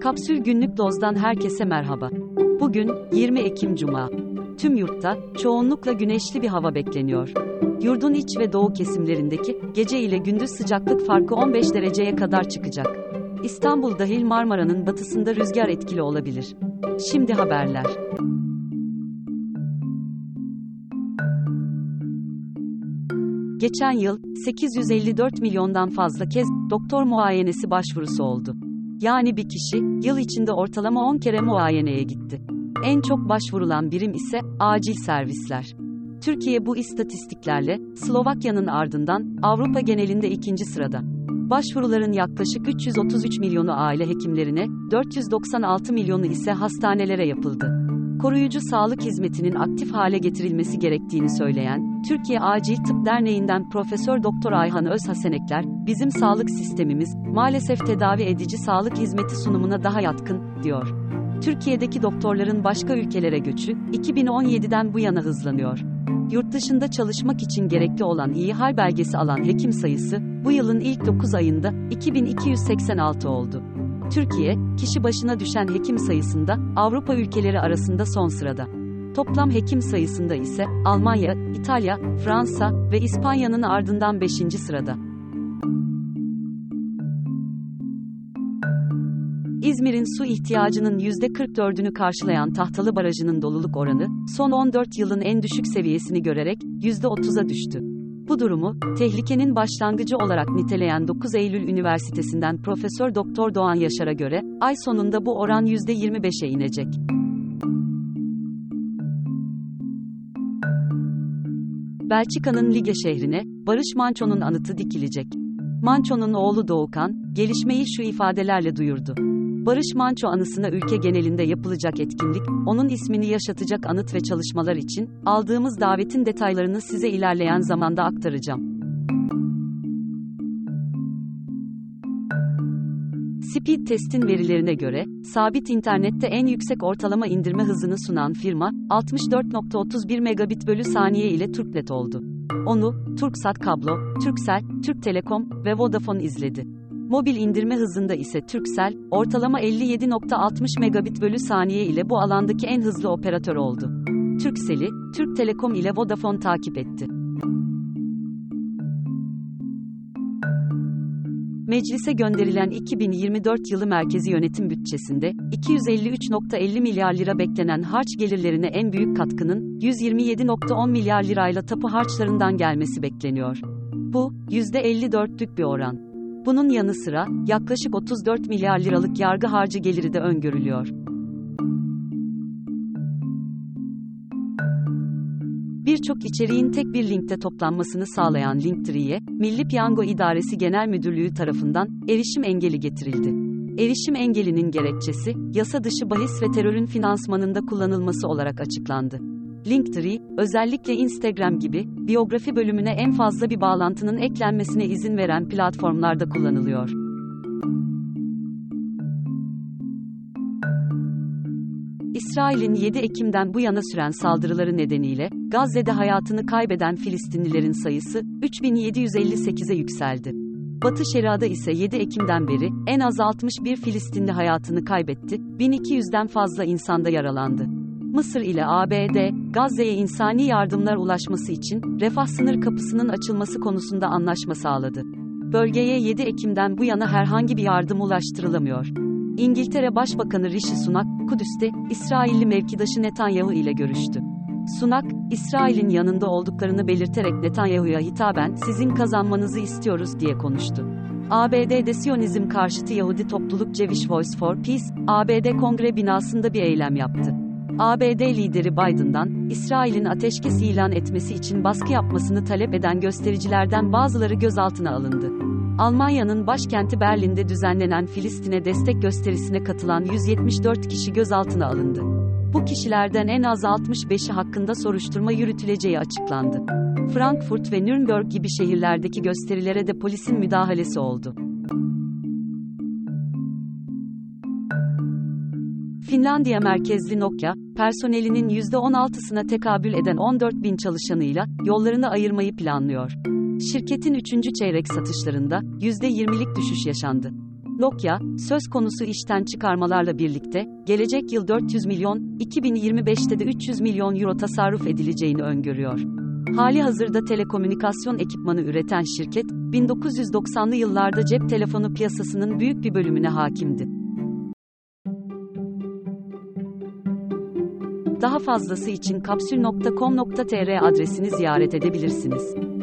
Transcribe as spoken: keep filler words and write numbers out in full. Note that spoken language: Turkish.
Kapsül Günlük Doz'dan herkese merhaba. Bugün, yirmi Ekim Cuma. Tüm yurtta, çoğunlukla güneşli bir hava bekleniyor. Yurdun iç ve doğu kesimlerindeki, gece ile gündüz sıcaklık farkı on beş dereceye kadar çıkacak. İstanbul dahil Marmara'nın batısında rüzgar etkili olabilir. Şimdi haberler. Geçen yıl, sekiz yüz elli dört milyondan fazla kez, doktor muayenesi başvurusu oldu. Yani bir kişi, yıl içinde ortalama on kere muayeneye gitti. En çok başvurulan birim ise, acil servisler. Türkiye bu istatistiklerle, Slovakya'nın ardından, Avrupa genelinde ikinci sırada. Başvuruların yaklaşık üç yüz otuz üç milyonu aile hekimlerine, dört yüz doksan altı milyonu ise hastanelere yapıldı. Koruyucu sağlık hizmetinin aktif hale getirilmesi gerektiğini söyleyen, Türkiye Acil Tıp Derneği'nden Profesör Doktor Ayhan Özhasenekler, bizim sağlık sistemimiz, maalesef tedavi edici sağlık hizmeti sunumuna daha yatkın, diyor. Türkiye'deki doktorların başka ülkelere göçü, iki bin on yediden bu yana hızlanıyor. Yurt dışında çalışmak için gerekli olan iyi hal belgesi alan hekim sayısı, bu yılın ilk dokuz ayında, iki bin iki yüz seksen altı oldu. Türkiye, kişi başına düşen hekim sayısında, Avrupa ülkeleri arasında son sırada. Toplam hekim sayısında ise, Almanya, İtalya, Fransa ve İspanya'nın ardından beşinci sırada. İzmir'in su ihtiyacının yüzde kırk dördünü karşılayan Tahtalı Barajı'nın doluluk oranı, son on dört yılın en düşük seviyesini görerek, yüzde otuza düştü. Bu durumu, tehlikenin başlangıcı olarak niteleyen dokuz Eylül Üniversitesi'nden Profesör Doktor Doğan Yaşar'a göre, ay sonunda bu oran yüzde yirmi beşe inecek. Belçika'nın Liege şehrine, Barış Manço'nun anıtı dikilecek. Manço'nun oğlu Doğukan, gelişmeyi şu ifadelerle duyurdu. Barış Manço anısına ülke genelinde yapılacak etkinlik, onun ismini yaşatacak anıt ve çalışmalar için, aldığımız davetin detaylarını size ilerleyen zamanda aktaracağım. Speed Test'in verilerine göre, sabit internette en yüksek ortalama indirme hızını sunan firma, altmış dört nokta otuz bir megabit bölü saniye ile Turknet oldu. Onu, Turksat Kablo, Turkcell, Türk Telekom ve Vodafone izledi. Mobil indirme hızında ise Turkcell, ortalama elli yedi nokta altmış megabit bölü saniye ile bu alandaki en hızlı operatör oldu. Turkcell'i, Türk Telekom ile Vodafone takip etti. Meclise gönderilen iki bin yirmi dört yılı merkezi yönetim bütçesinde, iki yüz elli üç nokta elli milyar lira beklenen harç gelirlerine en büyük katkının, yüz yirmi yedi nokta on milyar lirayla tapu harçlarından gelmesi bekleniyor. Bu, yüzde elli dörtlük bir oran. Bunun yanı sıra, yaklaşık otuz dört milyar liralık yargı harcı geliri de öngörülüyor. Birçok içeriğin tek bir linkte toplanmasını sağlayan Linktree'ye, Milli Piyango İdaresi Genel Müdürlüğü tarafından, erişim engeli getirildi. Erişim engelinin gerekçesi, yasa dışı bahis ve terörün finansmanında kullanılması olarak açıklandı. Linktree, özellikle Instagram gibi, biyografi bölümüne en fazla bir bağlantının eklenmesine izin veren platformlarda kullanılıyor. İsrail'in yedi Ekim'den bu yana süren saldırıları nedeniyle, Gazze'de hayatını kaybeden Filistinlilerin sayısı, üç bin yedi yüz elli sekize yükseldi. Batı Şeria'da ise yedi Ekim'den beri, en az altmış bir Filistinli hayatını kaybetti, bin iki yüzden fazla insanda yaralandı. Mısır ile A B D, Gazze'ye insani yardımlar ulaşması için, refah sınır kapısının açılması konusunda anlaşma sağladı. Bölgeye yedi Ekim'den bu yana herhangi bir yardım ulaştırılamıyor. İngiltere Başbakanı Rishi Sunak, Kudüs'te, İsrailli mevkidaşı Netanyahu ile görüştü. Sunak, İsrail'in yanında olduklarını belirterek Netanyahu'ya hitaben, sizin kazanmanızı istiyoruz diye konuştu. A B D'de Siyonizm karşıtı Yahudi topluluk Jewish Voice for Peace, A B D Kongre binasında bir eylem yaptı. A B D lideri Biden'dan, İsrail'in ateşkes ilan etmesi için baskı yapmasını talep eden göstericilerden bazıları gözaltına alındı. Almanya'nın başkenti Berlin'de düzenlenen Filistin'e destek gösterisine katılan yüz yetmiş dört kişi gözaltına alındı. Bu kişilerden en az altmış beşi hakkında soruşturma yürütüleceği açıklandı. Frankfurt ve Nürnberg gibi şehirlerdeki gösterilere de polisin müdahalesi oldu. Finlandiya merkezli Nokia, personelinin yüzde on altısına tekabül eden on dört bin çalışanıyla, yollarını ayırmayı planlıyor. Şirketin üçüncü çeyrek satışlarında, yüzde yirmilik düşüş yaşandı. Nokia, söz konusu işten çıkarmalarla birlikte, gelecek yıl dört yüz milyon, iki bin yirmi beşte de üç yüz milyon euro tasarruf edileceğini öngörüyor. Halihazırda telekomünikasyon ekipmanı üreten şirket, bin dokuz yüz doksanlı yıllarda cep telefonu piyasasının büyük bir bölümüne hakimdi. Daha fazlası için kapsül nokta com nokta tr adresini ziyaret edebilirsiniz.